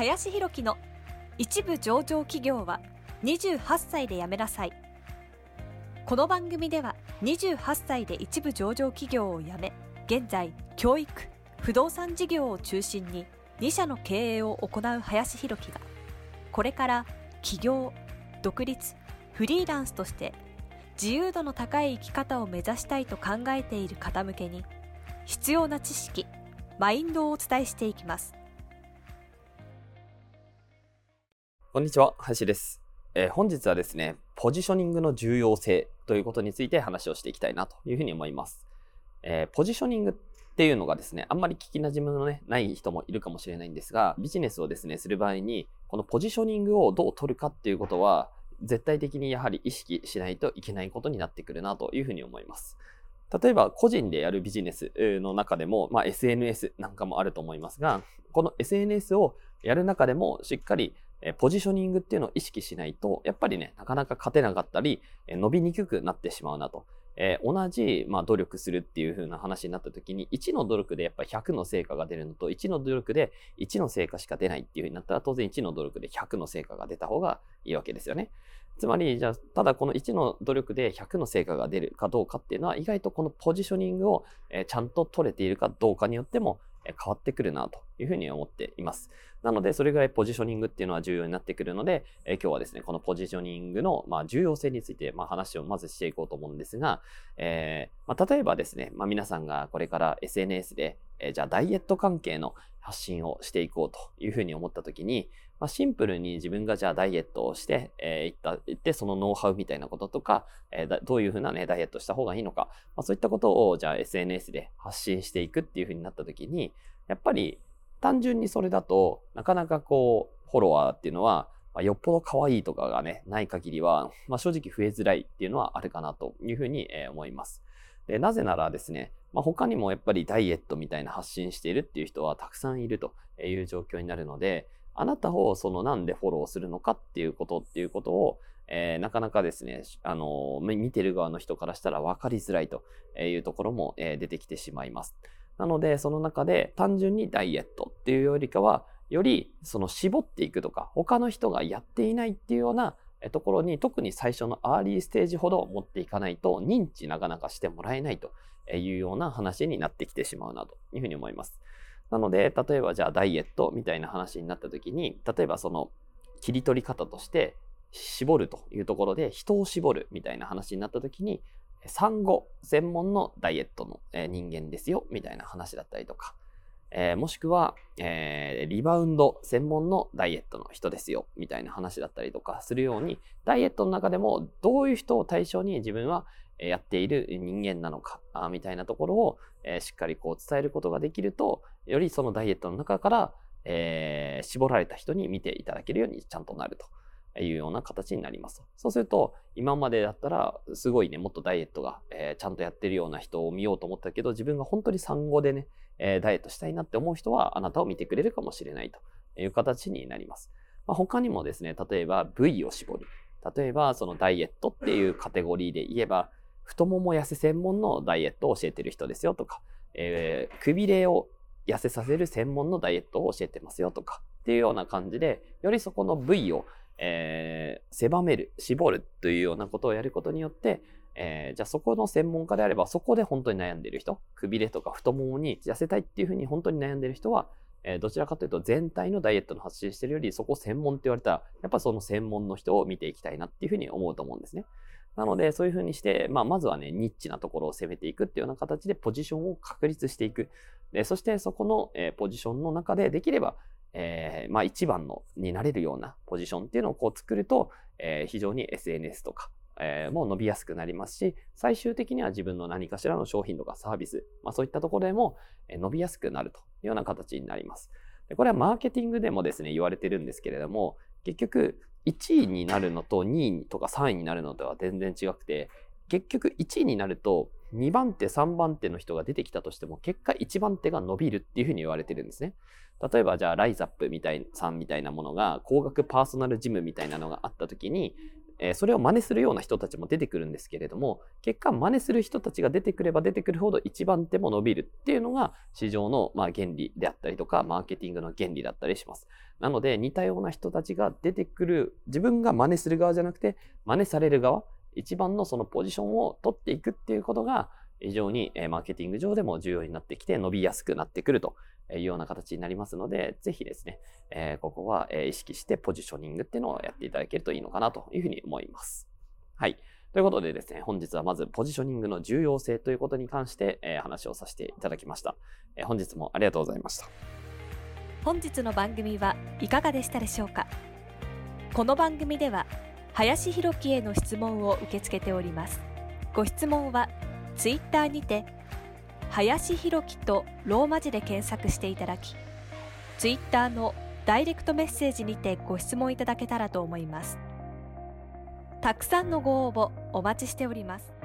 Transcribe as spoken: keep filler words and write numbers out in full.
林弘樹の一部上場企業はにじゅうはっさいで辞めなさい。この番組ではにじゅうはっさいで一部上場企業を辞め、現在教育、不動産事業を中心にに社の経営を行う林弘樹が、これから起業、独立、フリーランスとして自由度の高い生き方を目指したいと考えている方向けに必要な知識、マインドをお伝えしていきます。 こんにちは、林です。えー、本日はですね、ポジショニングの重要性ということについて話をしていきたいなというふうに思います。えー、ポジショニングっていうのがですね、あんまり聞き馴染みの、ね、ない人もいるかもしれないんですが、ビジネスをですね、する場合に、このポジショニングをどう取るかっていうことは、絶対的にやはり意識しないといけないことになってくるなというふうに思います。例えば個人でやるビジネスの中でも、まあ、エスエヌエス なんかもあると思いますが、この エスエヌエス をやる中でもしっかりポジショニングっていうのを意識しないと、やっぱりね、なかなか勝てなかったり、伸びにくくなってしまうなと。えー、同じ、まあ、努力するっていう風な話になった時に、いちの努力でやっぱりひゃくの成果が出るのと、いちの努力でいちの成果しか出ないっていう風になったら、当然いちの努力でひゃくの成果が出た方がいいわけですよね。つまり、じゃあ、ただこのいちの努力でひゃくの成果が出るかどうかっていうのは、意外とこのポジショニングを、えー、ちゃんと取れているかどうかによっても、変わってくるなというふうに思っています。なので、それぐらいポジショニングっていうのは重要になってくるので、えー、今日はですね、このポジショニングの、まあ、重要性について、まあ、話をまずしていこうと思うんですが、えーまあ、例えばですね、まあ、皆さんがこれから エスエヌエス で、えー、じゃあダイエット関係の発信をしていこうというふうに思ったときに、まあ、シンプルに自分がじゃあダイエットをして、えー、行った、行ってそのノウハウみたいなこととか、えー、どういうふうなね、ダイエットした方がいいのか、まあ、そういったことをじゃあ エスエヌエス で発信していくっていうふうになったときに、やっぱり単純にそれだとなかなかこうフォロワーっていうのは、まあ、よっぽど可愛いとかがねない限りは、まあ、正直増えづらいっていうのはあるかなというふうに思います。で、なぜならですね、まあ、他にもやっぱりダイエットみたいな発信しているっていう人はたくさんいるという状況になるので、あなたをそのなんでフォローするのかっていうことっていうことを、えー、なかなかですね、あのー、見てる側の人からしたら分かりづらいというところも、えー、出てきてしまいます。なので、その中で単純にダイエットっていうよりかは、よりその絞っていくとか、他の人がやっていないっていうようなところに、特に最初のアーリーステージほど持っていかないと、認知なかなかしてもらえないというような話になってきてしまうなというふうに思います。なので、例えばじゃあダイエットみたいな話になった時に、例えばその切り取り方として、絞るというところで人を絞るみたいな話になった時に、産後専門のダイエットの人間ですよみたいな話だったりとか、えー、もしくは、えー、リバウンド専門のダイエットの人ですよみたいな話だったりとかするように、ダイエットの中でもどういう人を対象に自分はやっている人間なのかみたいなところを、えー、しっかりこう伝えることができると、よりそのダイエットの中から、えー、絞られた人に見ていただけるようにちゃんとなるというような形になります。そうすると、今までだったらすごいね、もっとダイエットが、えー、ちゃんとやってるような人を見ようと思ったけど、自分が本当に産後でね、えー、ダイエットしたいなって思う人はあなたを見てくれるかもしれないという形になります。まあ、他にもですね、例えば部位を絞る。例えばそのダイエットっていうカテゴリーで言えば、太もも痩せ専門のダイエットを教えてる人ですよとか、えー、くびれを痩せさせる専門のダイエットを教えてますよとかっていうような感じで、よりそこの部位をえー、狭める、絞るというようなことをやることによって、えー、じゃあそこの専門家であれば、そこで本当に悩んでいる人、くびれとか太ももに痩せたいっていうふうに本当に悩んでいる人は、えー、どちらかというと全体のダイエットの発信しているより、そこ専門って言われたら、やっぱその専門の人を見ていきたいなっていうふうに思うと思うんですね。なので、そういうふうにして、まあ、まずはね、ニッチなところを攻めていくっていうような形でポジションを確立していく。で、そしてそこの、えー、ポジションの中でできれば、えー、まあ一番のになれるようなポジションっていうのをこう作ると、えー、非常に エスエヌエス とか、えー、も伸びやすくなりますし、最終的には自分の何かしらの商品とかサービス、まあそういったところでも伸びやすくなるというような形になります。で、これはマーケティングでもですね、言われてるんですけれども、結局いちいになるのとにいとかさんいになるのとは全然違くて、結局いちいになるとにばん手さんばん手の人が出てきたとしても結果いちばん手が伸びるっていうふうに言われてるんですね。例えばじゃあライザップみたいさんみたいなものが高額パーソナルジムみたいなのがあった時に、 えーそれを真似するような人たちも出てくるんですけれども、結果真似する人たちが出てくれば出てくるほど一番手も伸びるっていうのが市場のまあ原理であったりとか、マーケティングの原理だったりします。なので似たような人たちが出てくる、自分が真似する側じゃなくて真似される側、一番のそのポジションを取っていくっていうことが非常にマーケティング上でも重要になってきて伸びやすくなってくるというような形になりますので、ぜひですね、えーここは意識してポジショニングっていうのをやっていただけるといいのかなというふうに思います。はい。ということでですね、本日はまずポジショニングの重要性ということに関して、えー話をさせていただきました。えー本日もありがとうございました。 本日の番組はいかがでしたでしょうか。この番組では林弘樹への質問を受け付けております。ご質問はツイッターにて林弘樹とローマ字で検索していただき、ツイッターのダイレクトメッセージにてご質問いただけたらと思います。たくさんのご応募お待ちしております。